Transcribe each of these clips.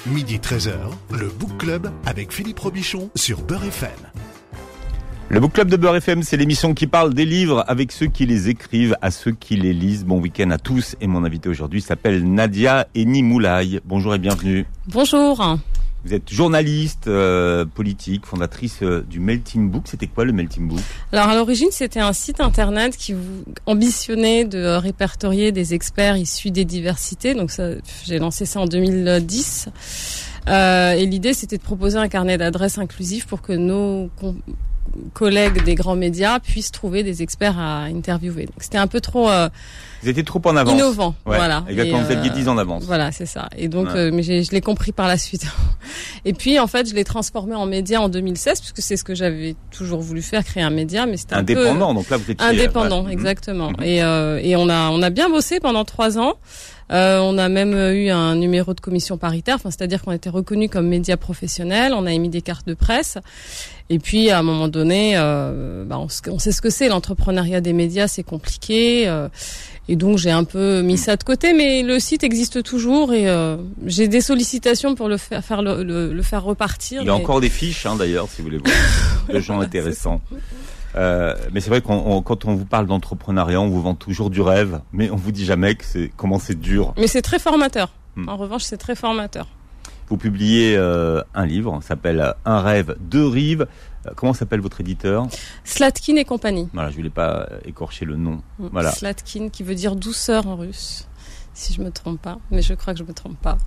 Midi 13h, le Book Club avec Philippe Robichon sur Beurre FM. Le Book Club de Beurre FM, c'est l'émission qui parle des livres avec ceux qui les écrivent, à ceux qui les lisent. Bon week-end à tous. Et mon invité aujourd'hui s'appelle Nadia Eni-Moulaye. Bonjour et bienvenue. Bonjour. Vous êtes journaliste, politique, fondatrice du Melting Book. C'était quoi le Melting Book ? Alors à l'origine, c'était un site internet qui ambitionnait de répertorier des experts issus des diversités. Donc ça, j'ai lancé ça en 2010. Et l'idée, c'était de proposer un carnet d'adresses inclusif pour que nos collègues des grands médias puissent trouver des experts à interviewer. Donc c'était un peu trop vous étiez trop en avance. Innovant, ouais, voilà. Exactement, vous aviez 10 ans d'avance. Voilà, c'est ça. Et donc, mais je l'ai compris par la suite. Et puis, en fait, je l'ai transformé en média en 2016, puisque c'est ce que j'avais toujours voulu faire, créer un média, mais c'était indépendant. Donc là, vous étiez indépendant, exactement. Et on a bien bossé pendant 3 ans. On a même eu un numéro de commission paritaire, c'est-à-dire qu'on était reconnu comme média professionnel, on a émis des cartes de presse. Et puis, à un moment donné, on sait ce que c'est, l'entrepreneuriat des médias, c'est compliqué. Et donc, j'ai un peu mis ça de côté, mais le site existe toujours et j'ai des sollicitations pour le faire repartir. Il y a encore des fiches, d'ailleurs, si vous voulez voir, de gens intéressants. Mais c'est vrai quand on vous parle d'entrepreneuriat, on vous vend toujours du rêve, mais on vous dit jamais comment c'est dur. Mais c'est très formateur. En revanche, c'est très formateur. Vous publiez un livre, ça s'appelle Un rêve, deux rives. Comment s'appelle votre éditeur ? Slatkin et compagnie. Voilà, je voulais pas écorcher le nom. Voilà. Slatkin, qui veut dire douceur en russe, si je me trompe pas. Mais je crois que je me trompe pas.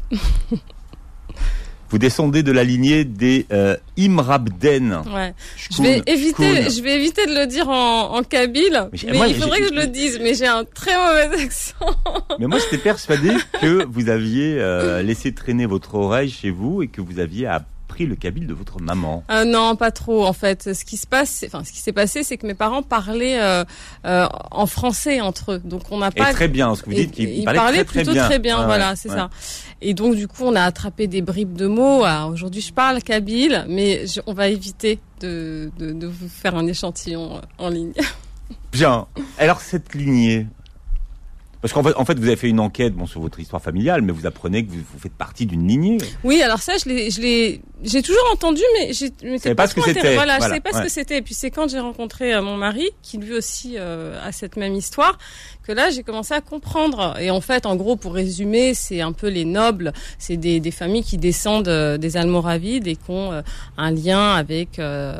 Vous descendez de la lignée des Imrabden. Ouais. Je vais éviter de le dire en kabyle, mais il faudrait que je le dise, mais j'ai un très mauvais accent. Mais moi, j'étais persuadé que vous aviez laissé traîner votre oreille chez vous et que vous aviez appris le kabyle de votre maman. Non, pas trop en fait. Ce qui s'est passé, c'est que mes parents parlaient en français entre eux. Donc on n'a pas. Et très bien, ce que vous dites, qu'ils parlaient plutôt très bien. Voilà, c'est ça. Et donc du coup, on a attrapé des bribes de mots. Alors, aujourd'hui, je parle kabyle, mais on va éviter de vous faire un échantillon en ligne. Bien. Alors cette lignée. Parce qu'en fait, vous avez fait une enquête sur votre histoire familiale, mais vous apprenez que vous faites partie d'une lignée. Oui, alors ça, j'ai toujours entendu, mais je savais pas ce que c'était. Voilà, je savais pas ce que c'était. Et puis c'est quand j'ai rencontré mon mari, qui lui aussi a cette même histoire, que là j'ai commencé à comprendre. Et en fait, en gros, pour résumer, c'est un peu les nobles, c'est des familles qui descendent des Almoravides et qui ont un lien avec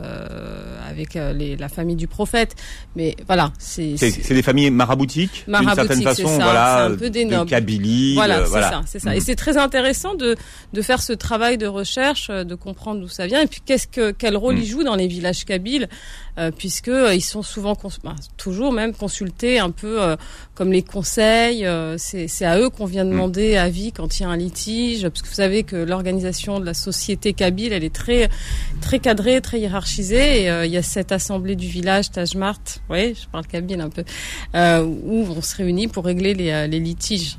la famille du prophète. Mais voilà, c'est des familles maraboutiques, d'une certaine façon. Voilà, c'est un peu des nobles. De Kabylie. Voilà, c'est ça. Et c'est très intéressant de faire ce travail de recherche, de comprendre d'où ça vient et puis quel rôle ils jouent dans les villages kabyles, puisque ils sont souvent toujours même consultés un peu comme les conseils. C'est à eux qu'on vient demander avis quand il y a un litige, parce que vous savez que l'organisation de la société kabyle, elle est très très cadrée, très hiérarchisée. Et il y a cette assemblée du village Tajmart, oui, je parle kabyle un peu, où on se réunit pour régler les litiges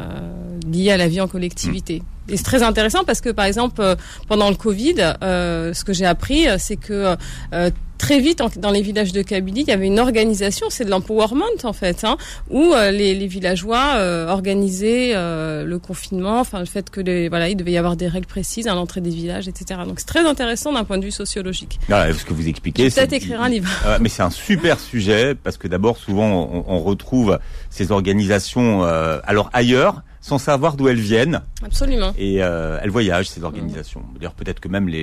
liés à la vie en collectivité. Et c'est très intéressant parce que, par exemple, pendant le Covid, ce que j'ai appris, c'est que très vite, dans les villages de Kabylie, il y avait une organisation, c'est de l'empowerment en fait, où les villageois organisaient le confinement, le fait que il devait y avoir des règles précises à l'entrée des villages, etc. Donc c'est très intéressant d'un point de vue sociologique. Voilà, ce que vous expliquez, peut-être écrire un livre. Mais c'est un super sujet parce que d'abord, souvent, on retrouve ces organisations alors ailleurs, sans savoir d'où elles viennent. Absolument. Et elles voyagent, ces organisations. D'ailleurs, peut-être que même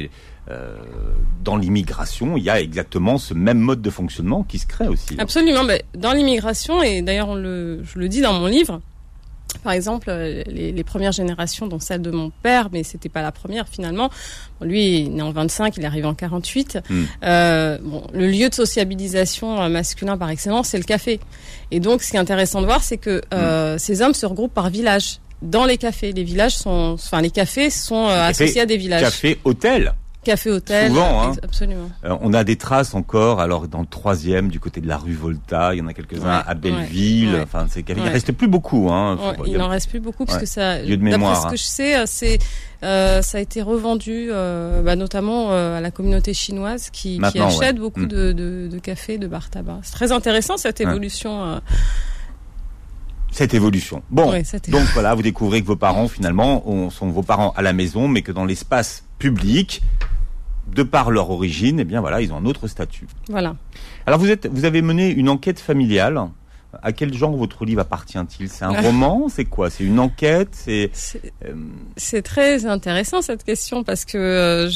dans l'immigration, il y a exactement ce même mode de fonctionnement qui se crée aussi. Absolument. Mais dans l'immigration, et d'ailleurs je le dis dans mon livre, par exemple, les premières générations, dont celle de mon père, mais c'était pas la première finalement. Lui, il est né en 25, il est arrivé en 48. Le lieu de sociabilisation masculin par excellence, c'est le café. Et donc, ce qui est intéressant de voir, c'est que ces hommes se regroupent par village dans les cafés. Les cafés sont associés à des villages. Café, hôtel. Café-hôtel. Souvent, absolument. On a des traces encore, alors dans le 3e, du côté de la rue Volta, il y en a quelques-uns à Belleville. Enfin, ces cafés, il reste plus beaucoup. Il n'en reste plus beaucoup parce que ça. Lieu de mémoire. D'après ce que je sais, ça a été revendu, notamment à la communauté chinoise qui achète beaucoup de cafés, de bar tabac. C'est très intéressant cette évolution. Cette évolution. Bon, Oui, donc voilà, vous découvrez que vos parents, finalement, sont vos parents à la maison, mais que dans l'espace public, de par leur origine, eh bien voilà, ils ont un autre statut. Voilà. Alors vous avez mené une enquête familiale. À quel genre votre livre appartient-il? C'est un roman? C'est quoi? C'est une enquête? C'est très intéressant cette question parce que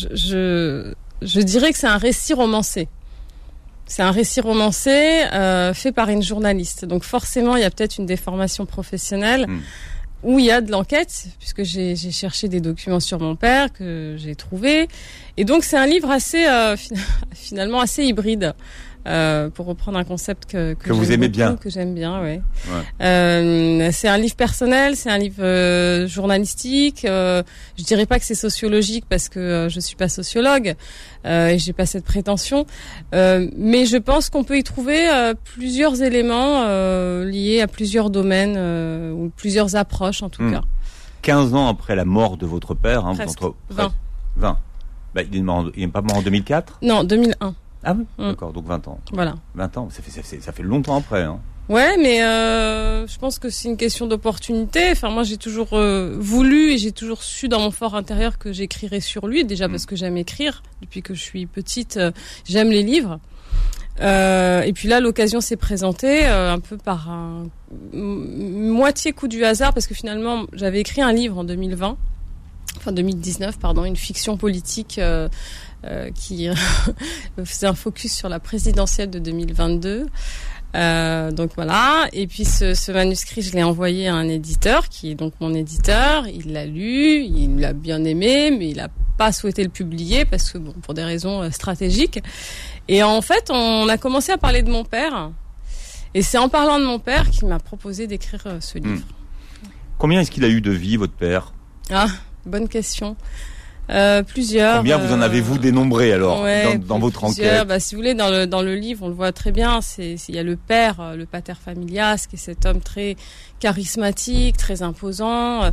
je dirais que c'est un récit romancé. C'est un récit romancé fait par une journaliste. Donc forcément, il y a peut-être une déformation professionnelle où il y a de l'enquête, puisque j'ai cherché des documents sur mon père que j'ai trouvés. Et donc c'est un livre assez finalement assez hybride. Pour reprendre un concept que vous aimez bien, que j'aime bien, ouais. C'est un livre personnel, c'est un livre journalistique. Je dirais pas que c'est sociologique parce que je suis pas sociologue et j'ai pas cette prétention. Mais je pense qu'on peut y trouver plusieurs éléments liés à plusieurs domaines ou plusieurs approches en tout cas. 15 ans après la mort de votre père, hein, presque. 20. Bah, il n'est pas mort en 2004? Non, 2001. Ah oui, d'accord, donc 20 ans. Voilà. 20 ans, ça fait longtemps après. Hein. Ouais, mais je pense que c'est une question d'opportunité. Enfin, moi, j'ai toujours voulu et j'ai toujours su dans mon fort intérieur que j'écrirais sur lui, déjà parce que j'aime écrire. Depuis que je suis petite, j'aime les livres. Et puis là, l'occasion s'est présentée un peu par un moitié coup du hasard, parce que finalement, j'avais écrit un livre en 2019, une fiction politique qui faisait un focus sur la présidentielle de 2022. Donc voilà. Et puis ce manuscrit, je l'ai envoyé à un éditeur qui est donc mon éditeur. Il l'a lu, il l'a bien aimé, mais il a pas souhaité le publier parce que pour des raisons stratégiques. Et en fait, on a commencé à parler de mon père. Et c'est en parlant de mon père qu'il m'a proposé d'écrire ce livre. Combien est-ce qu'il a eu de vie, votre père? Ah, bonne question. Plusieurs. Combien vous en avez-vous dénombré alors dans votre plusieurs. enquête? Si vous voulez, dans le livre, on le voit très bien. Il y a le père, le pater familias, qui est cet homme très charismatique, très imposant,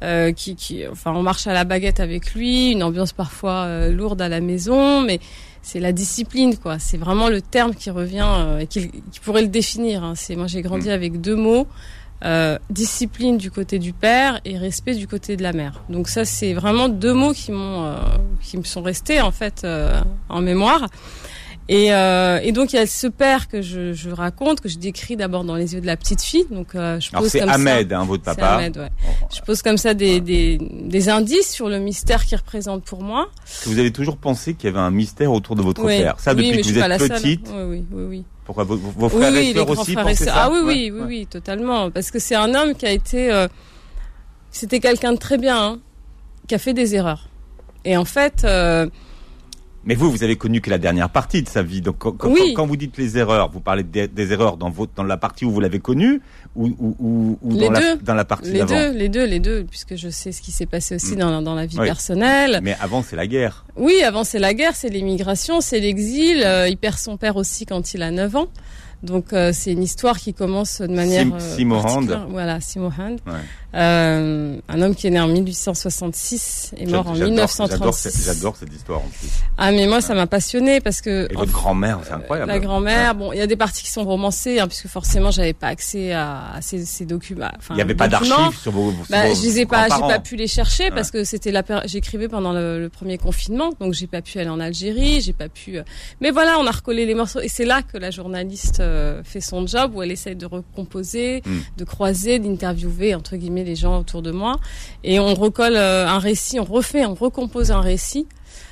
on marche à la baguette avec lui, une ambiance parfois lourde à la maison, mais c'est la discipline, quoi. C'est vraiment le terme qui revient et qui pourrait le définir. Hein. Moi, j'ai grandi avec deux mots. Discipline du côté du père et respect du côté de la mère. Donc ça, c'est vraiment deux mots qui me sont restés en fait en mémoire. Et donc il y a ce père que je raconte, que je décris d'abord dans les yeux de la petite fille. Donc je pose c'est comme Ahmed, ça, votre papa. C'est Ahmed, ouais. Je pose comme ça des indices sur le mystère qu'il représente pour moi. Vous avez toujours pensé qu'il y avait un mystère autour de votre père. Ça depuis que vous êtes petite. Oui. Pourquoi vos frères et sœurs aussi pensaient ça? Ah oui, totalement. Parce que c'est un homme qui a été, c'était quelqu'un de très bien, hein, qui a fait des erreurs. Et en fait. Mais vous avez connu que la dernière partie de sa vie. Donc quand vous dites les erreurs, vous parlez des erreurs dans la partie où vous l'avez connu ou dans la partie d'avant? Les deux, puisque je sais ce qui s'est passé aussi dans la vie personnelle. Mais avant, c'est la guerre. Oui, avant c'est la guerre, c'est l'émigration, c'est l'exil. Il perd son père aussi quand il a 9 ans. Donc c'est une histoire qui commence de manière Simohand. Voilà, Simohand. Ouais. Un homme qui est né en 1866 et mort en 1936. J'adore cette histoire en plus. Ah mais moi ça m'a passionné parce que et votre grand-mère, c'est incroyable. La grand-mère, bon, il y a des parties qui sont romancées puisque forcément j'avais pas accès à ces documents. Il y avait pas d'archives sur vos je les ai pas, j'ai pas pu les chercher parce que c'était j'écrivais pendant le premier confinement, donc j'ai pas pu aller en Algérie, j'ai pas pu. Mais voilà, on a recollé les morceaux et c'est là que la journaliste fait son job où elle essaye de recomposer, de croiser, d'interviewer entre guillemets les gens autour de moi et on recolle un récit, on recompose un récit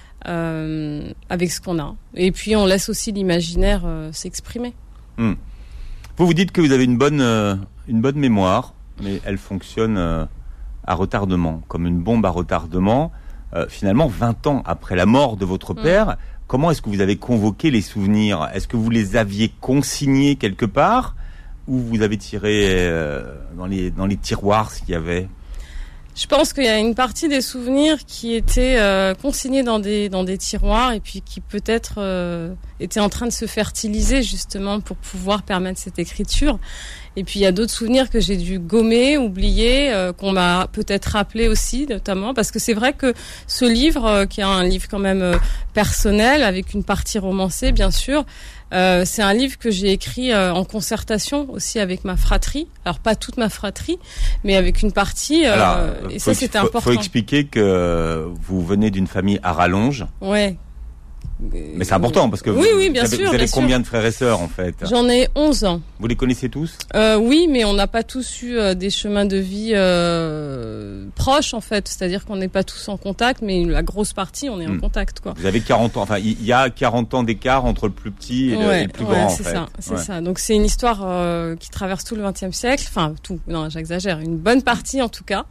avec ce qu'on a et puis on laisse aussi l'imaginaire s'exprimer. Vous dites que vous avez une bonne mémoire, mais elle fonctionne à retardement, comme une bombe à retardement. Finalement, 20 ans après la mort de votre père, comment est-ce que vous avez convoqué les souvenirs? Est-ce que vous les aviez consignés quelque part ou vous avez tiré dans les tiroirs ce qu'il y avait? Je pense qu'il y a une partie des souvenirs qui étaient consignés dans des tiroirs et puis qui peut-être étaient en train de se fertiliser justement pour pouvoir permettre cette écriture. Et puis il y a d'autres souvenirs que j'ai dû gommer, oublier, qu'on m'a peut-être rappelé aussi, notamment parce que c'est vrai que ce livre, qui est un livre quand même personnel avec une partie romancée bien sûr, C'est un livre que j'ai écrit en concertation aussi avec ma fratrie. Alors pas toute ma fratrie, mais avec une partie. Et ça, c'était important. Faut expliquer que vous venez d'une famille à rallonge. Ouais. Mais c'est important parce que vous avez combien de frères et sœurs en fait? J'en ai 11 ans. Vous les connaissez tous? Oui, mais on n'a pas tous eu des chemins de vie proches en fait. C'est-à-dire qu'on n'est pas tous en contact, mais la grosse partie, on est en contact, quoi. Vous avez 40 ans, enfin il y a 40 ans d'écart entre le plus petit et le plus grand en fait. C'est ça. Donc c'est une histoire qui traverse tout le XXe siècle. Enfin tout, non j'exagère, une bonne partie en tout cas,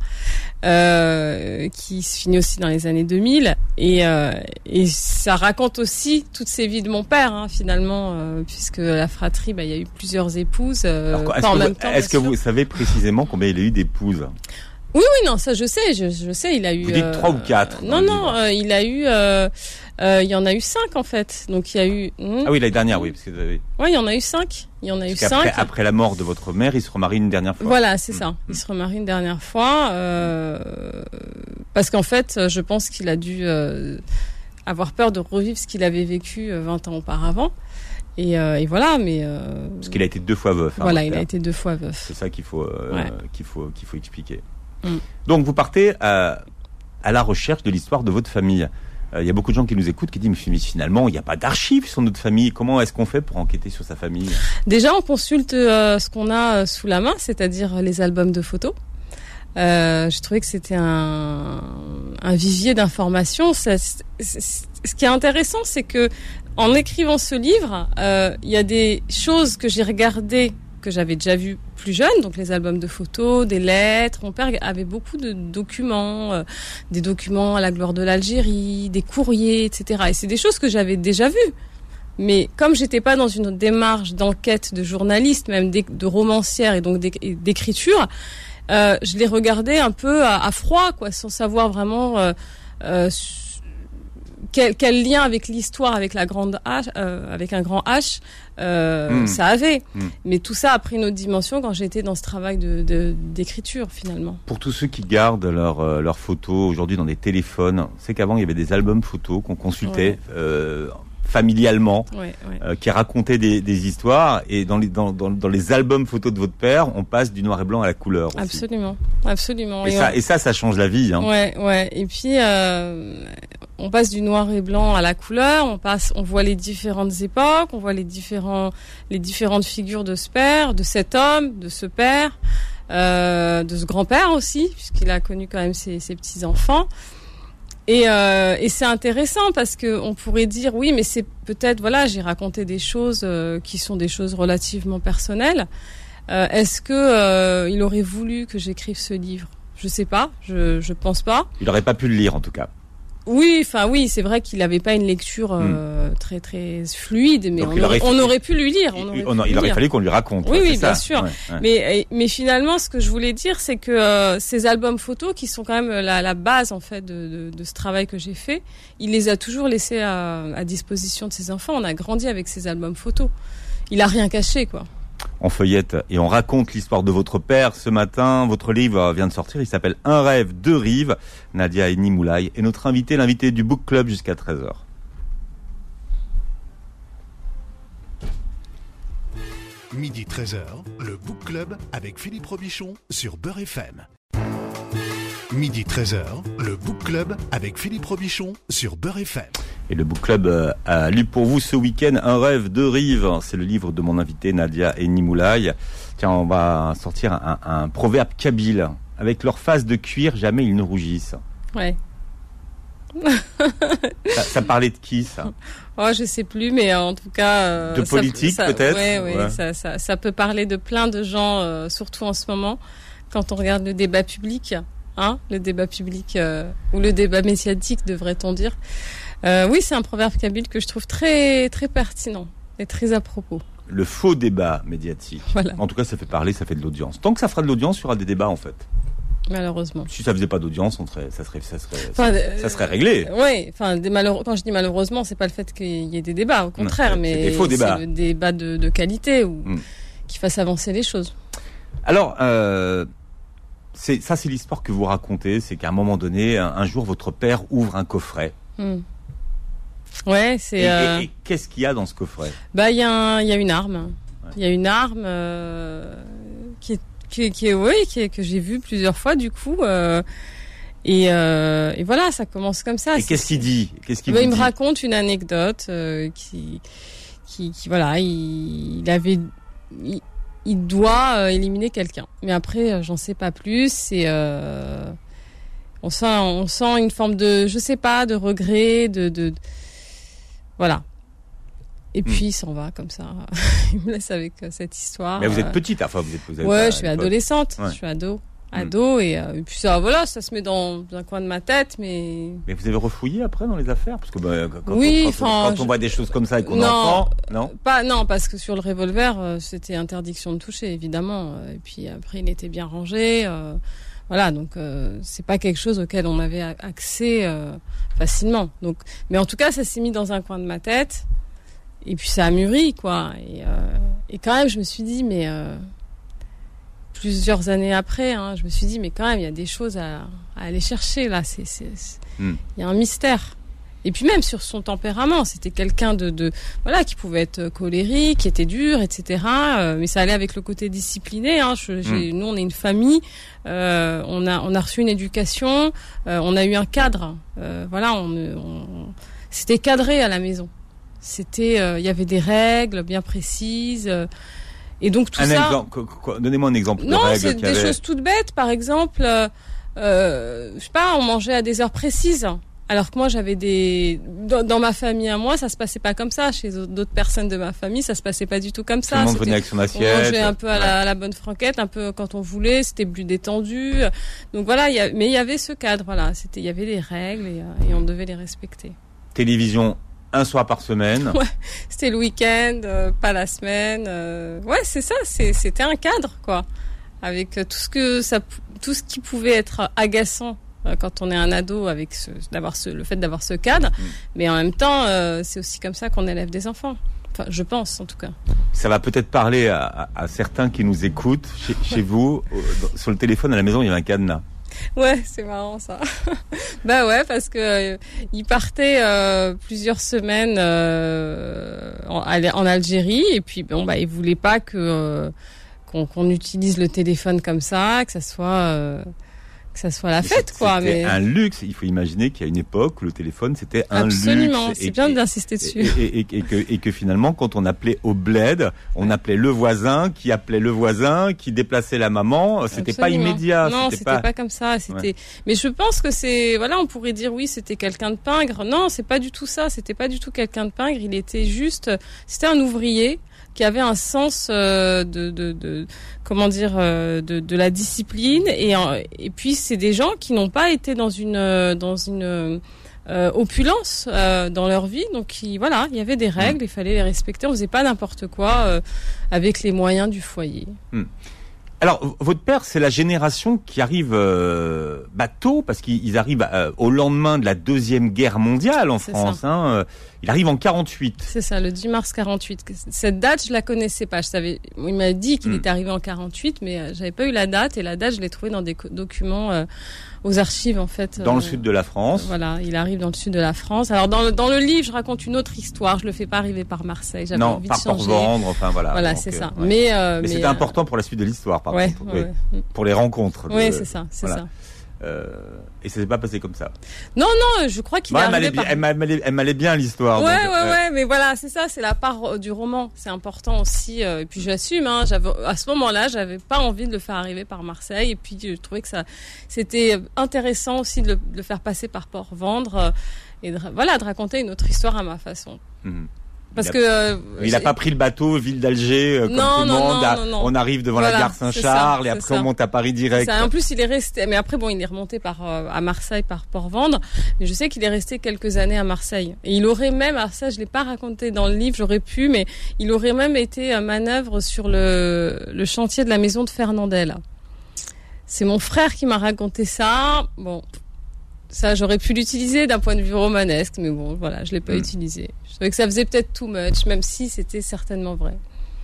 qui se finit aussi dans les années 2000. Et ça raconte aussi toutes ces vies de mon père, hein, finalement, puisque la fratrie, il y a eu plusieurs épouses. Est-ce que vous savez précisément combien il a eu d'épouses? Oui, non, ça je sais, je sais, il a eu... Vous dites 3 ou 4? Non, il a eu... il y en a eu 5 en fait. Donc il y a eu... Ah oui, l'année dernière, oui. Parce que Oui, il y en a eu 5. Il y en a eu 5. Après la mort de votre mère, il se remarie une dernière fois. Voilà, c'est ça. Il se remarie une dernière fois. Parce qu'en fait, je pense qu'il a dû avoir peur de revivre ce qu'il avait vécu 20 ans auparavant. Et voilà, mais... Parce qu'il a été 2 fois veuf. Voilà, il a été 2 fois veuf. C'est ça qu'il faut expliquer. Donc vous partez à la recherche de l'histoire de votre famille. Il y a beaucoup de gens qui nous écoutent qui disent mais finalement il n'y a pas d'archives sur notre famille. Comment est-ce qu'on fait pour enquêter sur sa famille? Déjà on consulte ce qu'on a sous la main, c'est-à-dire les albums de photos. Je trouvais que c'était un vivier d'informations. Ce qui est intéressant, c'est que en écrivant ce livre, il y a des choses que j'ai regardées, que j'avais déjà vues plus jeune, donc les albums de photos, des lettres. Mon père avait beaucoup de documents, des documents à la gloire de l'Algérie, des courriers, etc. Et c'est des choses que j'avais déjà vues. Mais comme j'étais pas dans une démarche d'enquête de journaliste, même de romancière et donc d'écriture, je les regardais un peu à froid, quoi, sans savoir vraiment quel lien avec l'histoire, avec la grande H, avec un grand H, ça avait. Mais tout ça a pris une autre dimension quand j'étais dans ce travail d'écriture, finalement. Pour tous ceux qui gardent leurs photos aujourd'hui dans des téléphones, c'est qu'avant il y avait des albums photos qu'on consultait. Familialement, qui racontait des histoires, et dans les albums photos de votre père, on passe du noir et blanc à la couleur aussi. Absolument. Et ça change la vie. Hein. Ouais. Et puis on passe du noir et blanc à la couleur. On voit les différentes époques, on voit les différentes figures de ce père, de cet homme, de ce père, de ce grand-père aussi, puisqu'il a connu quand même ses petits enfants. Et c'est intéressant parce que on pourrait dire oui, mais c'est peut-être j'ai raconté des choses qui sont des choses relativement personnelles. Est-ce que il aurait voulu que j'écrive ce livre? Je sais pas, je pense pas. Il aurait pas pu le lire en tout cas. Oui, c'est vrai qu'il n'avait pas une lecture très très fluide, mais on aurait pu lui lire. Il aurait fallu qu'on lui raconte. Oui, bien sûr. Ouais. Mais finalement, ce que je voulais dire, c'est que ces albums photos, qui sont quand même la base en fait de ce travail que j'ai fait, il les a toujours laissés à disposition de ses enfants. On a grandi avec ces albums photos. Il a rien caché, quoi. On feuillette et on raconte l'histoire de votre père. Ce matin, votre livre vient de sortir. Il s'appelle Un rêve, 2 rives. Nadia Eni-Moulaye est notre l'invité du Book Club jusqu'à 13h. Midi 13h, le Book Club avec Philippe Robichon sur Beurre FM. Midi 13h, le Book Club avec Philippe Robichon sur Beurre FM. Et le Book Club a lu pour vous ce week-end Un rêve, 2 rives. C'est le livre de mon invité Nadia Eni-Moulaye. Tiens, on va sortir un proverbe kabyle. Avec leur face de cuir, jamais ils ne rougissent. Ouais. ça parlait de qui, ça? Je sais plus, mais en tout cas... de politique, peut-être? Ouais. Ça peut parler de plein de gens, surtout en ce moment, quand on regarde le débat public. Le débat public, ou le débat médiatique, devrait-on dire. Oui, c'est un proverbe kabyle que je trouve très, très pertinent et très à propos. Le faux débat médiatique. Voilà. En tout cas, ça fait parler, ça fait de l'audience. Tant que ça fera de l'audience, il y aura des débats, en fait. Malheureusement. Si ça faisait pas d'audience, ça serait réglé. Oui, quand je dis malheureusement, c'est pas le fait qu'il y ait des débats, au contraire, mais c'est des faux débats. C'est des débats de qualité ou qui fassent avancer les choses. Alors, c'est l'histoire que vous racontez, c'est qu'à un moment donné, un jour, votre père ouvre un coffret. Ouais, c'est. Et qu'est-ce qu'il y a dans ce coffret? Il y a une arme. Il y a une arme qui est que j'ai vue plusieurs fois du coup. Et voilà, ça commence comme ça. Et qu'est-ce qu'il dit? Il me raconte une anecdote qui voilà, il doit éliminer quelqu'un. Mais après, j'en sais pas plus. Et on sent une forme de, je sais pas, de regret, de voilà. Et puis il s'en va comme ça. Il me laisse avec cette histoire. Mais vous êtes petite, enfin vous êtes ouais, je suis adolescente. Ouais. Je suis ado et puis ça, voilà, ça se met dans un coin de ma tête, mais. Mais vous avez refouillé après dans les affaires, parce que quand on voit des choses comme ça et qu'on entend, non. Non, parce que sur le revolver, c'était interdiction de toucher, évidemment. Et puis après, il était bien rangé. Voilà, donc c'est pas quelque chose auquel on avait accès facilement. Donc, mais en tout cas, ça s'est mis dans un coin de ma tête. Et puis ça a mûri, quoi. Et quand même, je me suis dit, mais plusieurs années après, je me suis dit, mais quand même, il y a des choses à aller chercher là. Il y a un mystère. Et puis même sur son tempérament, c'était quelqu'un voilà, qui pouvait être colérique, qui était dur, etc. Mais ça allait avec le côté discipliné. Nous, on est une famille. On a reçu une éducation. On a eu un cadre. Voilà, c'était cadré à la maison. C'était, il y avait des règles bien précises. Et donc tout ça. Donnez-moi un exemple. Non, c'est des choses toutes bêtes. Par exemple, je sais pas, on mangeait à des heures précises. Alors que moi, j'avais dans ma famille à moi, ça se passait pas comme ça. Chez d'autres personnes de ma famille, ça se passait pas du tout comme ça. Tout le monde venait avec son assiette. On mangeait un peu à la bonne franquette, un peu quand on voulait. C'était plus détendu. Donc voilà, mais il y avait ce cadre. Voilà, il y avait des règles et on devait les respecter. Télévision. Un soir par semaine. Ouais, c'était le week-end, pas la semaine. Ouais, c'est ça. C'était un cadre, quoi, avec tout ce qui pouvait être agaçant quand on est un ado, avec le fait d'avoir ce cadre. Mais en même temps, c'est aussi comme ça qu'on élève des enfants. Enfin, je pense, en tout cas. Ça va peut-être parler à certains qui nous écoutent chez vous. Sur le téléphone à la maison, il y avait un cadenas. Ouais, c'est marrant ça. Bah ouais, parce que il partait plusieurs semaines en Algérie et puis il voulait pas qu'on utilise le téléphone comme ça, que ça soit la fête, quoi. C'était un luxe. Il faut imaginer qu'à une époque, le téléphone, c'était un luxe. Absolument. C'est bien d'insister dessus. Et que finalement, quand on appelait au bled, on appelait le voisin, qui déplaçait la maman. C'était pas immédiat. Non, c'était pas comme ça. Ouais. Mais je pense que on pourrait dire oui, c'était quelqu'un de pingre. Non, c'est pas du tout ça. C'était pas du tout quelqu'un de pingre. C'était un ouvrier qui avait un sens de la discipline et puis c'est des gens qui n'ont pas été dans une opulence dans leur vie, donc il y avait des règles, il fallait les respecter, on faisait pas n'importe quoi avec les moyens du foyer. Alors, votre père, c'est la génération qui arrive tôt, parce qu'ils arrivent au lendemain de la Deuxième Guerre mondiale en France. Il arrive en 48. C'est ça, le 10 mars 48. Cette date, je la connaissais pas. Il m'a dit qu'il était arrivé en 48, mais j'avais pas eu la date. Et la date, je l'ai trouvée dans des documents aux archives, en fait. Dans le sud de la France. Voilà, il arrive dans le sud de la France. Alors, dans le livre, je raconte une autre histoire. Je le fais pas arriver par Marseille. J'avais envie de changer. Non, par Port-Vendre, enfin voilà. Voilà, c'est ça. Ouais. Mais c'était important pour la suite de l'histoire, par contre. Ouais. Pour les rencontres. Oui, c'est ça. Et ça s'est pas passé comme ça. Non, je crois qu'il est arrivé elle m'allait bien l'histoire. Ouais, mais voilà, c'est ça, c'est la part du roman. C'est important aussi. Et puis j'assume, à ce moment-là, j'avais pas envie de le faire arriver par Marseille. Et puis je trouvais que c'était intéressant aussi de le faire passer par Port-Vendre et de raconter une autre histoire à ma façon. Parce il n'a pas pris le bateau ville d'Alger comme tout le monde. Non. On arrive devant la gare Saint-Charles et après on monte à Paris direct. En plus, il est resté. Mais après, il est remonté à Marseille par Port-Vendre. Mais je sais qu'il est resté quelques années à Marseille. Et il aurait même, ça je l'ai pas raconté dans le livre, j'aurais pu, mais il aurait même été manœuvre sur le chantier de la maison de Fernandel. C'est mon frère qui m'a raconté ça. Bon. Ça, j'aurais pu l'utiliser d'un point de vue romanesque, mais je l'ai pas utilisé. Je trouvais que ça faisait peut-être too much, même si c'était certainement vrai.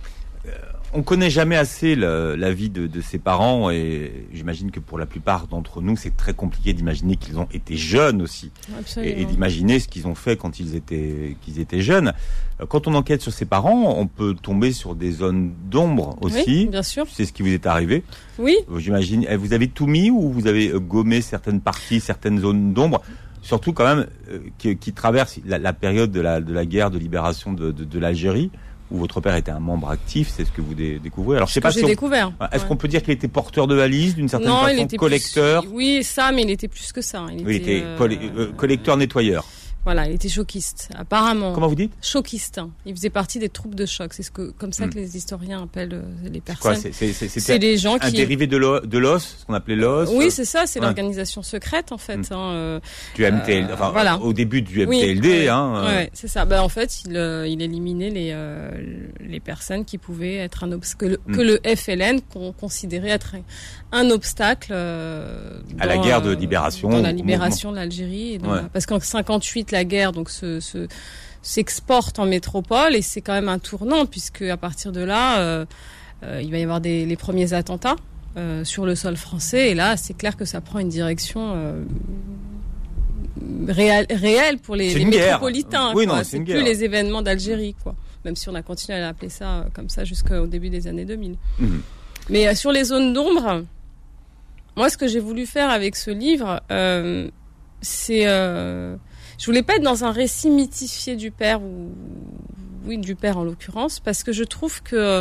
on connaît jamais assez la vie de ses parents, et j'imagine que pour la plupart d'entre nous, c'est très compliqué d'imaginer qu'ils ont été jeunes aussi, et d'imaginer ce qu'ils ont fait quand qu'ils étaient jeunes. Quand on enquête sur ses parents, on peut tomber sur des zones d'ombre aussi. Oui, bien sûr. C'est ce qui vous est arrivé. Oui. J'imagine. Vous avez tout mis, ou vous avez gommé certaines parties, certaines zones d'ombre? Surtout quand même qui traverse la période de la guerre de libération de l'Algérie, où votre père était un membre actif. C'est ce que vous découvrez. Alors, je sais pas si découvert. Est-ce qu'on peut dire qu'il était porteur de valises d'une certaine façon, il était collecteur? Oui, ça, mais il était plus que ça. Il était collecteur-nettoyeur. Voilà, il était choquiste, apparemment. Comment vous dites? Choquiste. Il faisait partie des troupes de choc. C'est comme ça que les historiens appellent les personnes. C'est les gens un dérivé de l'os, ce qu'on appelait l'os. Oui, c'est ça. C'est l'organisation secrète, en fait. Du MTLD. Enfin, voilà. Au début du MTLD. Oui, c'est ça. En fait, il éliminait les personnes qui pouvaient être un obstacle, que le FLN considérait être un obstacle à la guerre de libération. Dans la libération de l'Algérie. Parce qu'en 58, la guerre s'exporte en métropole, et c'est quand même un tournant, puisque à partir de là, il va y avoir les premiers attentats sur le sol français, et là, c'est clair que ça prend une direction réelle pour les métropolitains. Oui, c'est plus les événements d'Algérie, quoi. Même si on a continué à l'appeler ça comme ça jusqu'au début des années 2000. Mais sur les zones d'ombre, moi, ce que j'ai voulu faire avec ce livre, c'est... je voulais pas être dans un récit mythifié du père, du père en l'occurrence, parce que je trouve que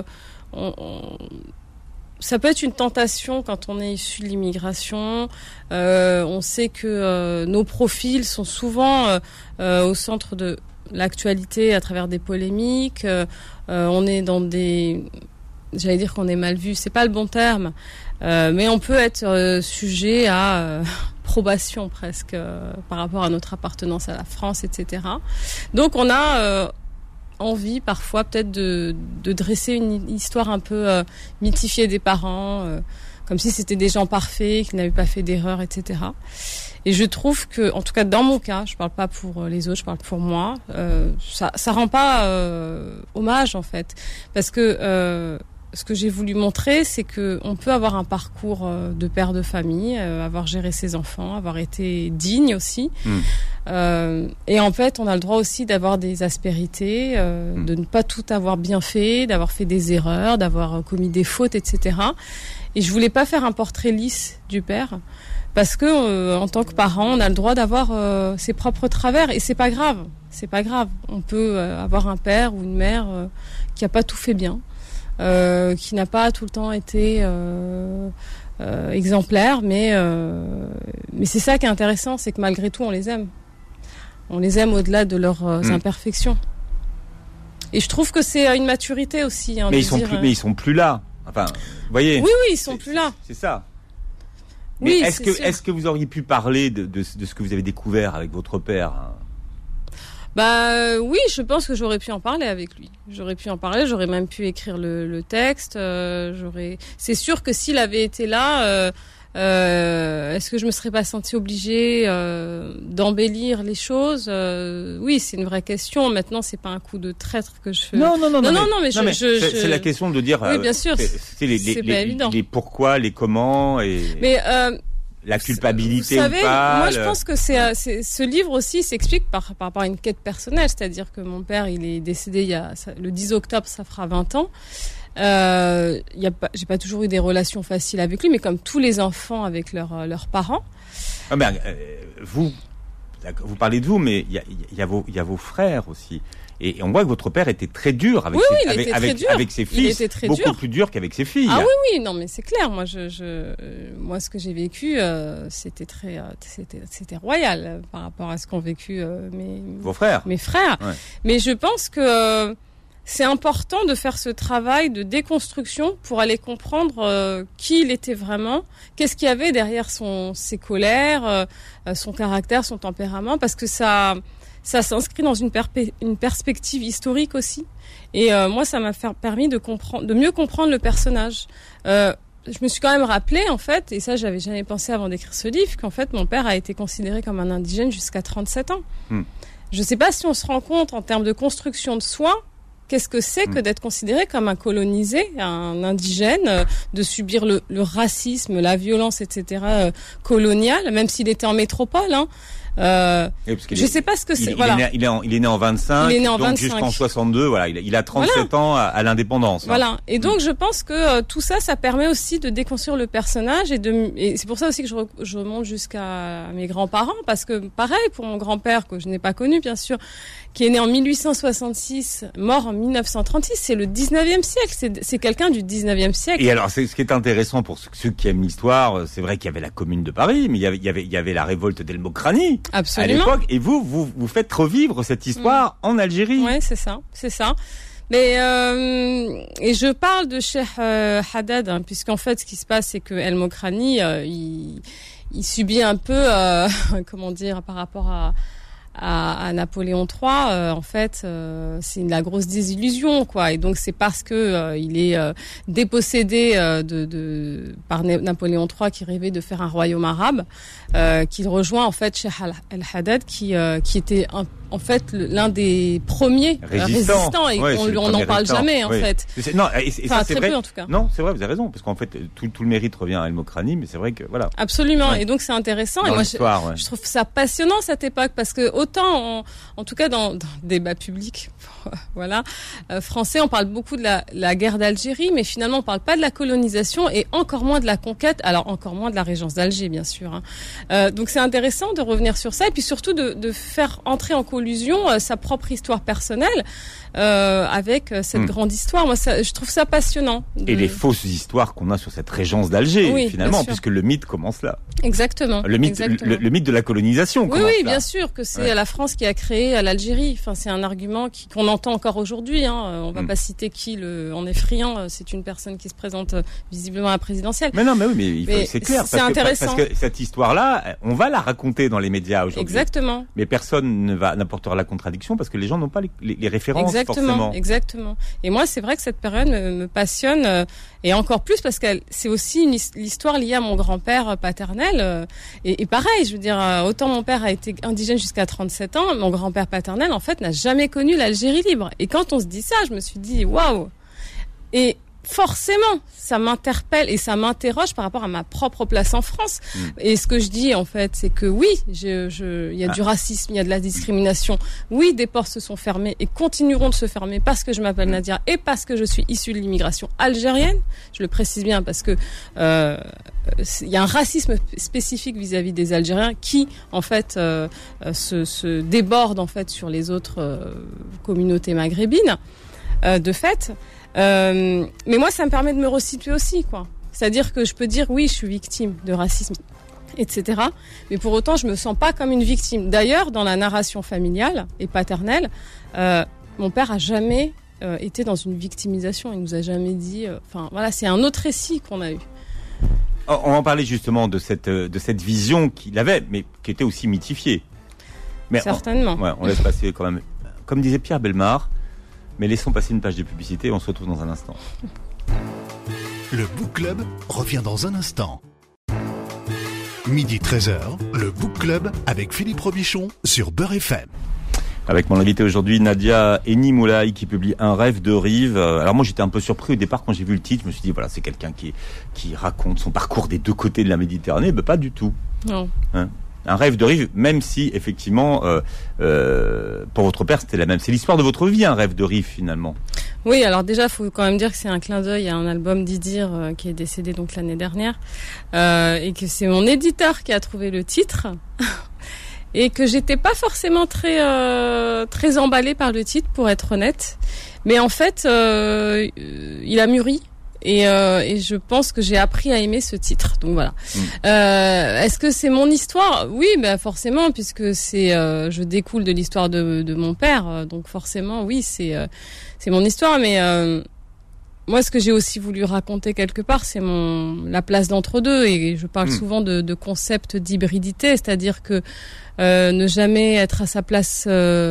ça peut être une tentation quand on est issu de l'immigration. On sait que nos profils sont souvent au centre de l'actualité à travers des polémiques. On est dans j'allais dire qu'on est mal vu, c'est pas le bon terme, mais on peut être sujet à probation presque par rapport à notre appartenance à la France, etc. Donc on a envie parfois peut-être de dresser une histoire un peu mythifiée des parents, comme si c'était des gens parfaits, qui n'avaient pas fait d'erreurs, etc. Et je trouve que, en tout cas dans mon cas, je parle pas pour les autres, je parle pour moi, ça rend pas hommage en fait, parce que ce que j'ai voulu montrer, c'est que on peut avoir un parcours de père de famille, avoir géré ses enfants, avoir été digne aussi. Et en fait, on a le droit aussi d'avoir des aspérités, de ne pas tout avoir bien fait, d'avoir fait des erreurs, d'avoir commis des fautes, etc. Et je voulais pas faire un portrait lisse du père, parce que en tant que parent, on a le droit d'avoir ses propres travers, et c'est pas grave. C'est pas grave. On peut avoir un père ou une mère qui a pas tout fait bien. Qui n'a pas tout le temps été exemplaire, mais c'est ça qui est intéressant, c'est que malgré tout on les aime au-delà de leurs imperfections. Et je trouve que c'est une maturité aussi. Mais ils sont plus là. Enfin, vous voyez. Oui, ils sont plus là. C'est ça. Mais est-ce que vous auriez pu parler de ce que vous avez découvert avec votre père? Oui, je pense que j'aurais pu en parler avec lui. J'aurais même pu écrire le texte. C'est sûr que s'il avait été là, est-ce que je me serais pas sentie obligée d'embellir les choses? Oui, c'est une vraie question. Maintenant, c'est pas un coup de traître que je fais. Non, mais c'est la question de dire. Oui, bien sûr. C'est pas évident. Les pourquoi, les comment Mais la culpabilité, vous savez, ou pas. Moi, je pense que ce livre aussi s'explique par rapport à une quête personnelle. C'est-à-dire que mon père, il est décédé le 10 octobre, ça fera 20 ans. J'ai pas toujours eu des relations faciles avec lui, mais comme tous les enfants avec leurs parents. Vous parlez de vous, mais il y a vos frères aussi. Et on voit que votre père était très dur avec ses fils, beaucoup plus dur qu'avec ses filles. Ah oui, non, mais c'est clair. Moi, moi, ce que j'ai vécu, c'était royal par rapport à ce qu'ont vécu vos frères. Mes frères. Ouais. Mais je pense que c'est important de faire ce travail de déconstruction pour aller comprendre qui il était vraiment, qu'est-ce qu'il y avait derrière ses colères, son caractère, son tempérament, parce que ça s'inscrit dans une perspective historique aussi. Et moi, ça m'a permis de mieux comprendre le personnage. Je me suis quand même rappelé, en fait, et ça, j'avais jamais pensé avant d'écrire ce livre, qu'en fait, mon père a été considéré comme un indigène jusqu'à 37 ans. Je sais pas si on se rend compte, en termes de construction de soi, qu'est-ce que c'est que d'être considéré comme un colonisé, un indigène, de subir le racisme, la violence, etc. Coloniale, même s'il était en métropole. Je sais pas ce que c'est. Il est né en 25. Il est né en donc 25. Jusqu'en 62, voilà. Il a 37 ans à l'indépendance. Voilà. Et donc, je pense que tout ça permet aussi de déconstruire le personnage et c'est pour ça aussi que je remonte jusqu'à mes grands-parents, parce que pareil, pour mon grand-père, que je n'ai pas connu, bien sûr, qui est né en 1866, mort en 1936, c'est le 19e siècle. C'est quelqu'un du 19e siècle. Et alors, ce qui est intéressant pour ceux qui aiment l'histoire, c'est vrai qu'il y avait la Commune de Paris, mais il y avait la révolte d'El Mokrani. Absolument. À l'époque, et vous faites revivre cette histoire en Algérie. Ouais, c'est ça. Mais et je parle de Cheikh Haddad, puisqu'en fait, ce qui se passe, c'est que El Mokrani, il subit un peu, comment dire, par rapport à Napoléon III, en fait, c'est la grosse désillusion, quoi. Et donc c'est parce que il est dépossédé par Napoléon III, qui rêvait de faire un royaume arabe, qu'il rejoint en fait Cheikh El Haddad, qui était en fait l'un des premiers résistants et on n'en parle jamais en fait. Non, et ça, c'est très vrai. peu en tout cas. Non, c'est vrai, vous avez raison, parce qu'en fait tout le mérite revient à El Mokrani, mais c'est vrai que voilà. Absolument. Ouais. Et donc c'est intéressant. Dans et moi je trouve ça passionnant cette époque, parce que autant en tout cas dans le débat public, voilà, français, on parle beaucoup de la guerre d'Algérie, mais finalement on parle pas de la colonisation et encore moins de la conquête. Alors encore moins de la régence d'Alger, bien sûr. Donc c'est intéressant de revenir sur ça et puis surtout de faire entrer en collusion sa propre histoire personnelle avec cette grande histoire. Moi, je trouve ça passionnant. Et les fausses histoires qu'on a sur cette régence d'Alger, finalement, puisque le mythe commence là. Exactement. Le mythe de la colonisation commence là. Oui, bien sûr que c'est la France qui a créé l'Algérie. Enfin, c'est un argument qu'on entend encore aujourd'hui. On va pas citer qui en est friand. C'est une personne qui se présente visiblement à la présidentielle. Mais c'est clair. C'est intéressant. Parce que cette histoire-là, on va la raconter dans les médias aujourd'hui. Exactement. Mais personne n'apportera la contradiction parce que les gens n'ont pas les références. Exactement. Et moi, c'est vrai que cette période me passionne et encore plus parce que c'est aussi l'histoire liée à mon grand-père paternel. Et pareil, je veux dire, autant mon père a été indigène jusqu'à 37 ans, mon grand-père paternel, en fait, n'a jamais connu l'Algérie libre. Et quand on se dit ça, je me suis dit, waouh! Et forcément, ça m'interpelle et ça m'interroge par rapport à ma propre place en France. Et ce que je dis, en fait, c'est que oui, il y a du racisme, il y a de la discrimination. Oui, des portes se sont fermées et continueront de se fermer parce que je m'appelle Nadia et parce que je suis issue de l'immigration algérienne. Je le précise bien parce que il y a un racisme spécifique vis-à-vis des Algériens qui, en fait, se déborde en fait sur les autres communautés maghrébines. De fait. Mais moi, ça me permet de me resituer aussi, quoi. C'est-à-dire que je peux dire, oui, je suis victime de racisme, etc. Mais pour autant, je me sens pas comme une victime. D'ailleurs, dans la narration familiale et paternelle, mon père a jamais été dans une victimisation. Il nous a jamais dit. Enfin, voilà, c'est un autre récit qu'on a eu. On va en parler justement de cette vision qu'il avait, mais qui était aussi mythifiée. Mais certainement. On laisse passer quand même. Comme disait Pierre Bellemare. Mais laissons passer une page de publicité, on se retrouve dans un instant. Le Book Club revient dans un instant. Midi 13h, le Book Club avec Philippe Robichon sur Beurre FM. Avec mon invité aujourd'hui, Nadia Eni Moulay, qui publie Un rêve de rive. Alors moi, j'étais un peu surpris au départ quand j'ai vu le titre. Je me suis dit, voilà, c'est quelqu'un qui raconte son parcours des deux côtés de la Méditerranée. Ben, pas du tout. Non. Un rêve de rive, même si effectivement pour votre père c'était la même. C'est l'histoire de votre vie, un rêve de rive finalement. Oui, alors déjà faut quand même dire que c'est un clin d'œil à un album d'Idir qui est décédé donc l'année dernière et que c'est mon éditeur qui a trouvé le titre et que j'étais pas forcément très emballée par le titre pour être honnête, mais en fait il a mûri. Et je pense que j'ai appris à aimer ce titre. Donc voilà. Est-ce que c'est mon histoire ? Oui, ben forcément, puisque je découle de l'histoire de mon père. Donc forcément, oui, c'est mon histoire. Mais moi, ce que j'ai aussi voulu raconter quelque part, c'est la place d'entre-deux. Et je parle souvent de concept d'hybridité, c'est-à-dire que ne jamais être à sa place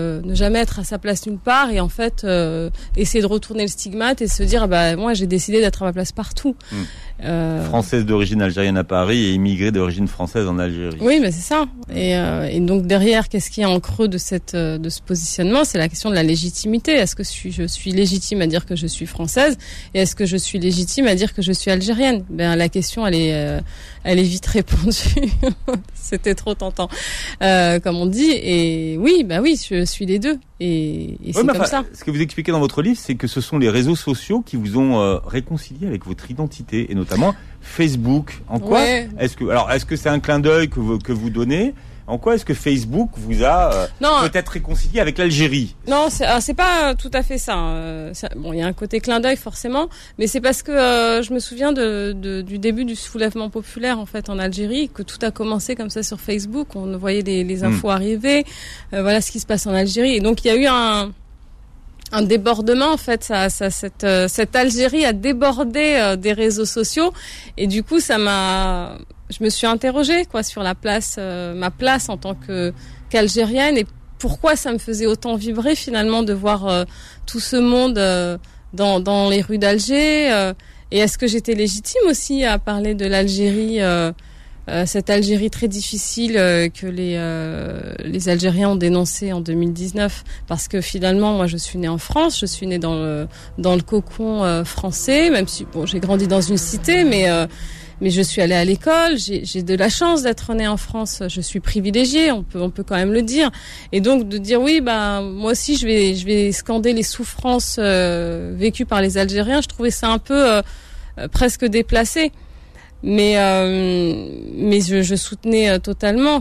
nulle part et en fait essayer de retourner le stigmate et se dire moi j'ai décidé d'être à ma place partout. Française d'origine algérienne à Paris et immigrée d'origine française en Algérie. Oui, mais c'est ça. Et donc derrière, qu'est-ce qu'il y a en creux de de ce positionnement? C'est la question de la légitimité. Est-ce que je suis légitime à dire que je suis française, et est-ce que je suis légitime à dire que je suis algérienne? La question, elle est vite répondue. C'était trop tentant, comme on dit. Et oui, je suis les deux. Et c'est comme ça. Ce que vous expliquez dans votre livre, c'est que ce sont les réseaux sociaux qui vous ont réconcilié avec votre identité, et notamment Facebook. En quoi est-ce que c'est un clin d'œil que vous donnez? En quoi est-ce que Facebook vous a peut-être réconcilié avec l'Algérie? Non, c'est pas tout à fait ça. Bon, il y a un côté clin d'œil forcément, mais c'est parce que je me souviens du début du soulèvement populaire en fait en Algérie, que tout a commencé comme ça sur Facebook. On voyait les infos arriver. Voilà ce qui se passe en Algérie. Et donc il y a eu un débordement en fait. Cette Algérie a débordé des réseaux sociaux, et du coup je me suis interrogée sur ma place en tant qu'Algérienne, et pourquoi ça me faisait autant vibrer finalement de voir tout ce monde dans les rues d'Alger, et est-ce que j'étais légitime aussi à parler de l'Algérie, cette Algérie très difficile que les Algériens ont dénoncée en 2019, parce que finalement moi je suis née en France, je suis née dans le cocon français, même si j'ai grandi dans une cité, mais je suis allée à l'école, j'ai de la chance d'être née en France, je suis privilégiée, on peut quand même le dire. Et donc de dire moi aussi je vais scander les souffrances vécues par les Algériens, je trouvais ça un peu presque déplacé. Mais je soutenais totalement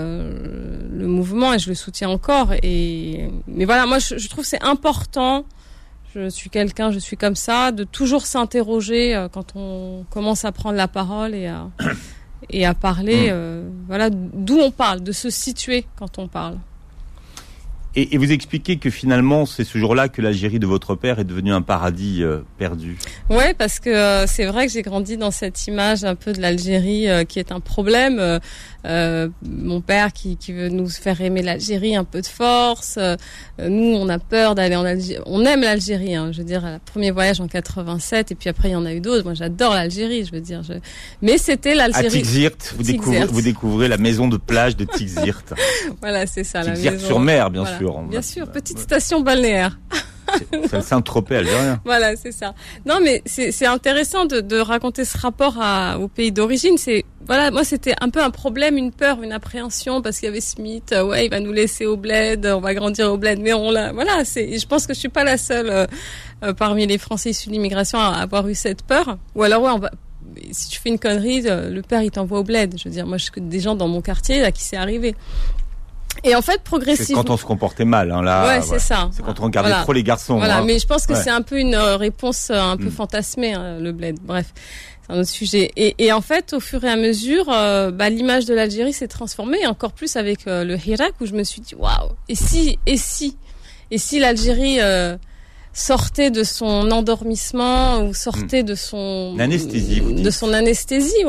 le mouvement, et je le soutiens encore. Mais voilà, moi je trouve que c'est important. Je suis comme ça, de toujours s'interroger quand on commence à prendre la parole et à parler, voilà, d'où on parle, de se situer quand on parle. Et vous expliquez que finalement, c'est ce jour-là que l'Algérie de votre père est devenue un paradis perdu. Ouais, parce que c'est vrai que j'ai grandi dans cette image un peu de l'Algérie qui est un problème. Mon père qui veut nous faire aimer l'Algérie un peu de force. Nous, on a peur d'aller en Algérie. On aime l'Algérie, je veux dire, le premier voyage en 87, et puis après il y en a eu d'autres. Moi, j'adore l'Algérie, je veux dire. Mais c'était l'Algérie. À Tixirt, vous découvrez la maison de plage de Tixirt. Voilà, c'est ça. Tixirt-sur-Mer, bien sûr. Bien sûr, petite station balnéaire. C'est le Saint-Tropez algérien. Voilà, c'est ça. Non, mais c'est intéressant de raconter ce rapport au pays d'origine. Moi, c'était un peu un problème, une peur, une appréhension, parce qu'il y avait Smith. Il va nous laisser au bled, on va grandir au bled. Mais je pense que je suis pas la seule parmi les Français issus de l'immigration à avoir eu cette peur. Ou alors, si tu fais une connerie, le père il t'envoie au bled. Je veux dire, moi, je connais des gens dans mon quartier là qui c'est arrivé. Et en fait, progressivement. C'est quand on se comportait mal, là. Ouais, c'est ça. C'est quand on regardait trop les garçons. Voilà, mais je pense que c'est un peu une réponse un peu fantasmée, le bled. Bref, c'est un autre sujet. Et en fait, au fur et à mesure, l'image de l'Algérie s'est transformée, et encore plus avec le Hirak, où je me suis dit, waouh, et si l'Algérie sortait de son endormissement, ou sortait de son anesthésie, de son anesthésie,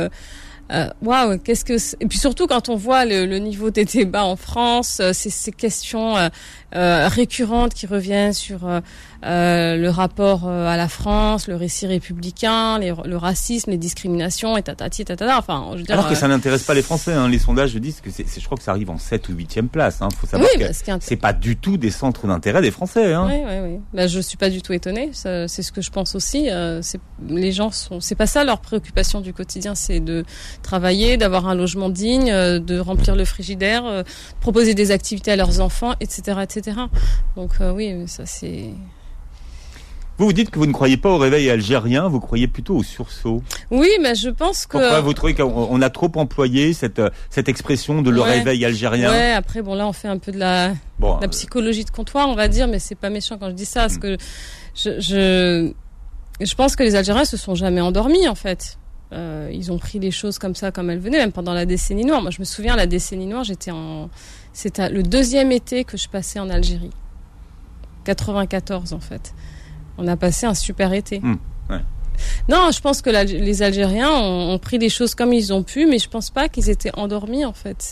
waouh, et puis surtout quand on voit le niveau des débats en France, ces questions récurrentes qui reviennent sur le rapport à la France, le récit républicain, le racisme, les discriminations, et tatati tatata. Enfin, je veux dire, alors que ça n'intéresse pas les Français. Les sondages disent que je crois que ça arrive en 7 ou 8e place. Faut savoir que c'est pas du tout des centres d'intérêt des Français. Oui. Je suis pas du tout étonnée. C'est ce que je pense aussi. Les gens c'est pas ça leur préoccupation du quotidien, c'est de travailler, d'avoir un logement digne, de remplir le frigidaire, proposer des activités à leurs enfants, etc., etc. Donc oui, ça c'est. Vous dites que vous ne croyez pas au réveil algérien, vous croyez plutôt au sursaut. Oui, mais je pense que. Pourquoi vous trouvez qu'on a trop employé cette expression de le réveil algérien? Ouais, après bon là on fait un peu de la psychologie de comptoir, on va dire, mais c'est pas méchant quand je dis ça, parce que je pense que les Algériens se sont jamais endormis en fait. Ils ont pris les choses comme ça, comme elles venaient, même pendant la décennie noire. Moi, je me souviens, la décennie noire, c'était le deuxième été que je passais en Algérie. 94, en fait. On a passé un super été. Non, je pense que les Algériens ont pris les choses comme ils ont pu, mais je pense pas qu'ils étaient endormis, en fait.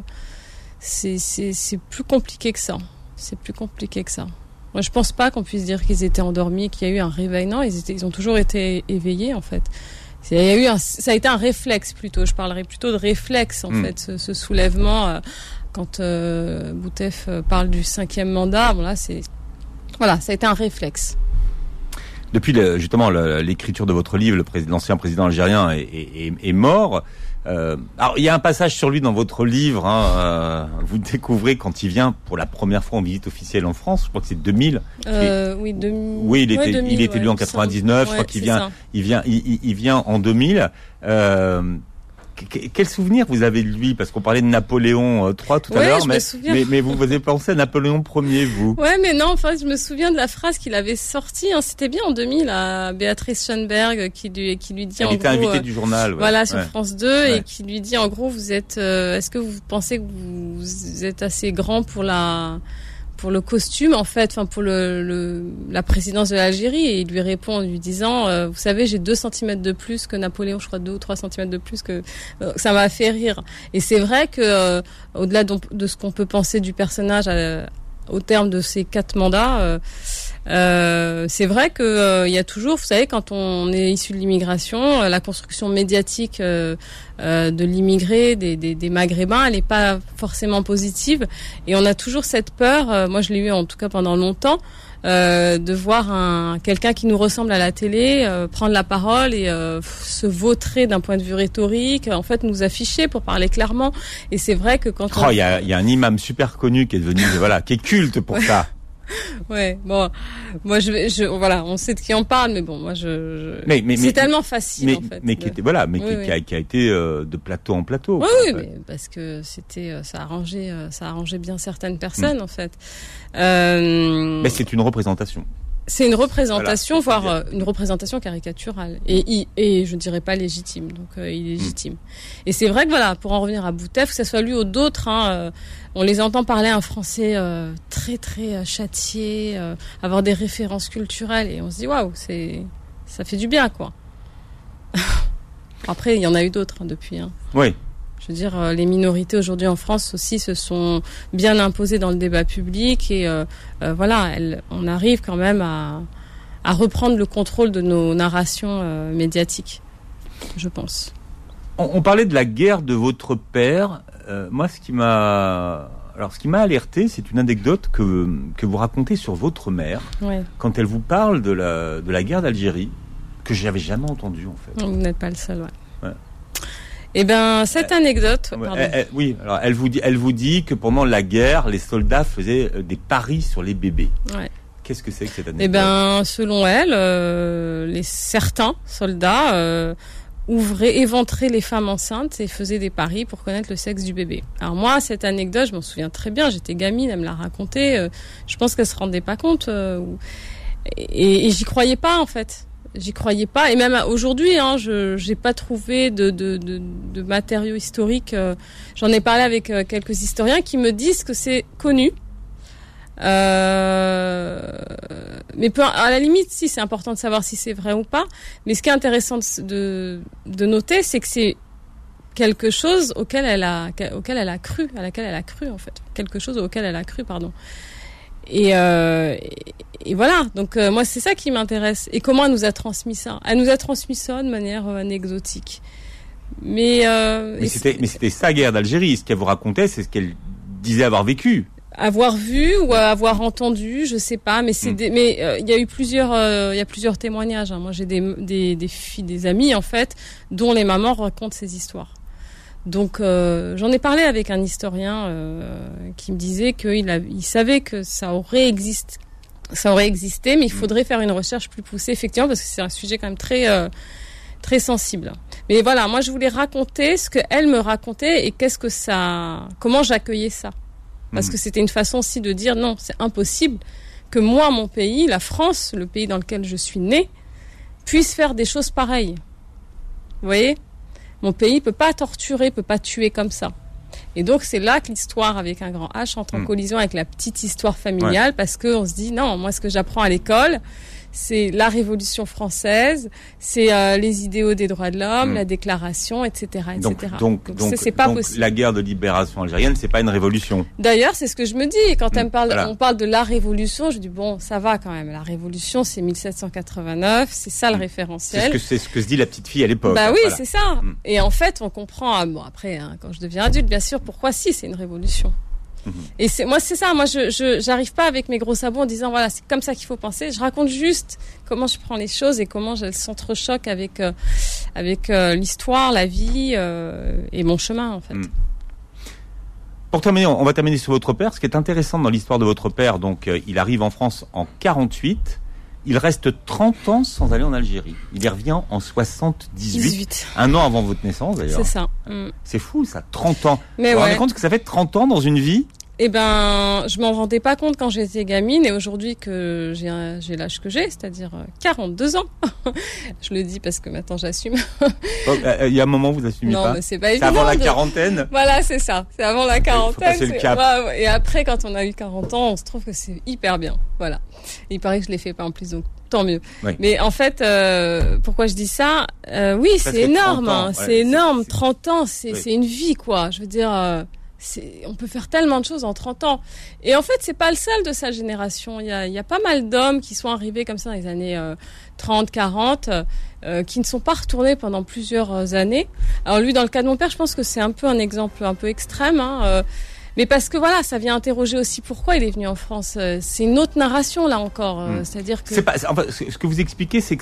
C'est plus compliqué que ça. C'est plus compliqué que ça. Moi, je pense pas qu'on puisse dire qu'ils étaient endormis, qu'il y a eu un réveil. Non, ils ont toujours été éveillés, en fait. Ça a été un réflexe plutôt. Je parlerais plutôt de réflexe en fait, ce soulèvement. Quand Boutef parle du 5e mandat, ça a été un réflexe. Depuis justement l'écriture de votre livre, l'ancien président algérien est mort. Alors il y a un passage sur lui dans votre livre. Vous découvrez quand il vient pour la première fois en visite officielle en France. Je crois que c'est 2000. Oui, 2000. Il était élu en 99. Je crois qu'il vient en 2000. Quel souvenir vous avez de lui? Parce qu'on parlait de Napoléon III tout à l'heure, mais vous avez pensé à Napoléon Ier, vous? Ouais, mais non, enfin, je me souviens de la phrase qu'il avait sortie, c'était bien en 2000, à Béatrice Schoenberg, qui lui dit Elle était invitée du journal. Sur France 2, et qui lui dit, en gros, est-ce que vous pensez que vous êtes assez grand pour le costume, en fait, pour la présidence de l'Algérie, et il lui répond en lui disant, vous savez, j'ai 2 centimètres de plus que Napoléon, je crois 2 ou 3 centimètres de plus que, ça m'a fait rire. Et c'est vrai que, au-delà de ce qu'on peut penser du personnage au terme de ces 4 mandats, c'est vrai que il y a toujours, vous savez, quand on est issu de l'immigration, la construction médiatique de l'immigré, des Maghrébins, elle n'est pas forcément positive, et on a toujours cette peur. Moi, je l'ai eu en tout cas pendant longtemps, de voir quelqu'un qui nous ressemble à la télé prendre la parole et se vautrer d'un point de vue rhétorique, en fait nous afficher pour parler clairement. Et c'est vrai que quand il y a un imam super connu qui est devenu qui est culte pour ça. Ouais, bon, moi on sait de qui on parle, mais bon, moi c'est tellement facile en fait. Mais qui a été de plateau en plateau. Oui, mais parce que ça arrangeait bien certaines personnes en fait. Mais c'est une représentation. C'est une représentation, voire une représentation caricaturale, et je dirais pas légitime, donc illégitime. Et c'est vrai que pour en revenir à Boutef, que ce soit lui ou d'autres, on les entend parler un français très très châtié, avoir des références culturelles, et on se dit waouh, ça fait du bien quoi. Après, il y en a eu d'autres depuis. Oui. Je veux dire, les minorités aujourd'hui en France aussi se sont bien imposées dans le débat public, et on arrive quand même à reprendre le contrôle de nos narrations médiatiques, je pense. On parlait de la guerre de votre père. Moi, ce qui m'a alerté, c'est une anecdote que vous racontez sur votre mère, quand elle vous parle de la guerre d'Algérie, que j'avais jamais entendue en fait. Vous n'êtes pas le seul, ouais. Eh ben, cette anecdote, elle vous dit que pendant la guerre, les soldats faisaient des paris sur les bébés. Ouais. Qu'est-ce que c'est que cette anecdote? Eh ben, selon elle, certains soldats éventraient les femmes enceintes et faisaient des paris pour connaître le sexe du bébé. Alors moi, cette anecdote, je m'en souviens très bien. J'étais gamine, elle me l'a racontée. Je pense qu'elle se rendait pas compte, et j'y croyais pas en fait. J'y croyais pas, et même aujourd'hui, j'ai pas trouvé de matériaux historiques. J'en ai parlé avec quelques historiens qui me disent que c'est connu. Mais à la limite, si c'est important de savoir si c'est vrai ou pas. Mais ce qui est intéressant de noter, c'est que c'est quelque chose à laquelle elle a cru en fait, quelque chose auquel elle a cru, pardon. Et voilà, donc moi c'est ça qui m'intéresse. Et comment elle nous a transmis ça? Elle nous a transmis ça de manière anecdotique. Mais c'était sa guerre d'Algérie. Ce qu'elle vous racontait, c'est ce qu'elle disait avoir vécu. Avoir vu ou avoir entendu, je sais pas. Mais il y a eu plusieurs témoignages. Moi j'ai des filles, des amies en fait, dont les mamans racontent ces histoires. Donc j'en ai parlé avec un historien qui me disait qu'il savait que ça aurait existé, mais il faudrait faire une recherche plus poussée, effectivement, parce que c'est un sujet quand même très très sensible. Mais voilà, moi je voulais raconter ce qu'elle me racontait et comment j'accueillais ça, parce que c'était une façon aussi de dire non, c'est impossible que moi, mon pays, la France, le pays dans lequel je suis née, puisse faire des choses pareilles. Vous voyez? Mon pays peut pas torturer, peut pas tuer comme ça. Et donc c'est là que l'histoire avec un grand H entre en collision avec la petite histoire familiale, parce que on se dit non, moi ce que j'apprends à l'école, c'est la Révolution française, c'est les idéaux des droits de l'homme, la déclaration, etc., etc. Donc, c'est pas possible. La guerre de libération algérienne, c'est pas une révolution. D'ailleurs, c'est ce que je me dis quand on Voilà. parle de la Révolution. Je dis bon, ça va quand même. La Révolution, c'est 1789, c'est ça le référentiel. C'est ce que se dit la petite fille à l'époque. Bah oui, Voilà. c'est ça. Et en fait, on comprend. Bon, après, quand je deviens adulte, bien sûr, pourquoi si c'est une révolution. Et c'est ça. Moi, je j'arrive pas avec mes gros sabots en disant voilà, c'est comme ça qu'il faut penser. Je raconte juste comment je prends les choses et comment je s'entrechoque avec l'histoire, la vie et mon chemin en fait. Pour terminer, on va terminer sur votre père. Ce qui est intéressant dans l'histoire de votre père, donc il arrive en France en 48. Il reste 30 ans sans aller en Algérie. Il y revient en 78. Un an avant votre naissance, d'ailleurs. C'est ça. C'est fou, ça, 30 ans. Mais vous vous rendez compte que ça fait 30 ans dans une vie? Eh ben, je m'en rendais pas compte quand j'étais gamine et aujourd'hui que j'ai l'âge que j'ai, c'est-à-dire 42 ans. Je le dis parce que maintenant j'assume. Il y a un moment où vous assumez pas. Non, mais c'est pas évident. C'est avant la quarantaine. Voilà, c'est ça. C'est avant la quarantaine. Faut passer le cap. Ouais. Et après, quand on a eu 40 ans, on se trouve que c'est hyper bien. Voilà. Et il paraît que je l'ai fait pas en plus, donc tant mieux. Oui. Mais en fait, pourquoi je dis ça? Oui, c'est énorme. Ans, c'est énorme. 30 ans, oui. c'est une vie, quoi. Je veux dire, on peut faire tellement de choses en 30 ans. Et en fait, c'est pas le seul de sa génération. Il y a pas mal d'hommes qui sont arrivés comme ça dans les années 30, 40, qui ne sont pas retournés pendant plusieurs années. Alors lui, dans le cas de mon père, je pense que c'est un peu un exemple un peu extrême, mais parce que voilà, ça vient interroger aussi pourquoi il est venu en France. C'est une autre narration là encore, c'est-à-dire que ce que vous expliquez, c'est que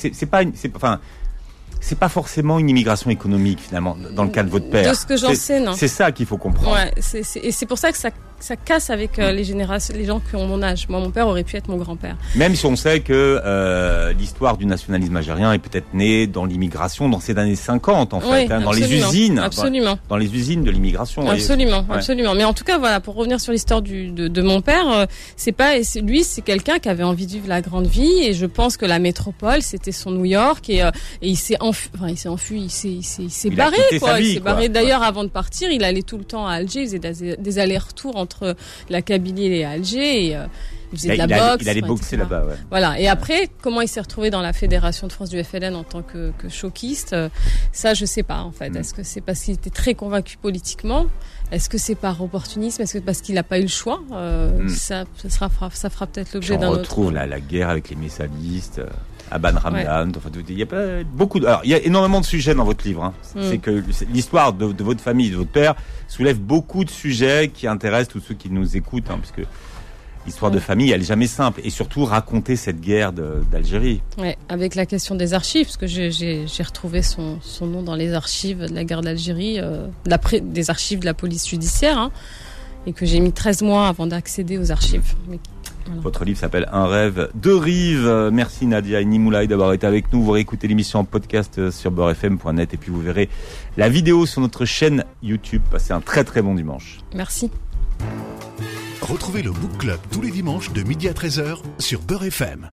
c'est pas forcément une immigration économique finalement dans le cas de votre père. De ce que j'en sais, non. C'est ça qu'il faut comprendre. Ouais, et c'est pour ça que ça casse avec les générations, les gens qui ont mon âge. Moi, mon père aurait pu être mon grand-père. Même si on sait que l'histoire du nationalisme algérien est peut-être née dans l'immigration dans ces années 50 en fait, Oui, dans les usines, absolument. dans les usines de l'immigration. Absolument. Mais en tout cas, voilà, pour revenir sur l'histoire de mon père, c'est lui, quelqu'un qui avait envie de vivre la grande vie, et je pense que la métropole, c'était son New York, et il s'est enfui, il s'est barré, quoi. Il s'est barré. D'ailleurs, avant de partir, il allait tout le temps à Alger, il faisait des allers-retours entre la Kabylie et Alger, et il faisait de la boxe. Il allait boxer là-bas, ouais. Voilà. Et après, comment il s'est retrouvé dans la Fédération de France du FLN en tant que choquiste, ça, je sais pas, en fait. Est-ce que c'est parce qu'il était très convaincu politiquement? Est-ce que c'est par opportunisme? Est-ce que parce qu'il n'a pas eu le choix? Ça fera peut-être l'objet d'un autre. On retrouve la guerre avec les messalistes, Aban Ramdan. Enfin, il y a pas beaucoup. Alors, il y a énormément de sujets dans votre livre. C'est que l'histoire de votre famille, de votre père, soulève beaucoup de sujets qui intéressent tous ceux qui nous écoutent, puisque l'histoire de famille, elle est jamais simple, et surtout raconter cette guerre d'Algérie. Ouais, avec la question des archives, parce que j'ai retrouvé son nom dans les archives de la guerre d'Algérie, des archives de la police judiciaire, et que j'ai mis 13 mois avant d'accéder aux archives. Voilà. Votre livre s'appelle Un rêve de rive. Merci Nadia Nimoulaï d'avoir été avec nous. Vous réécoutez l'émission en podcast sur beurrefm.net, et puis vous verrez la vidéo sur notre chaîne YouTube. Passez un très très bon dimanche. Merci. Retrouvez le Book Club tous les dimanches de midi à 13h sur Beurre FM.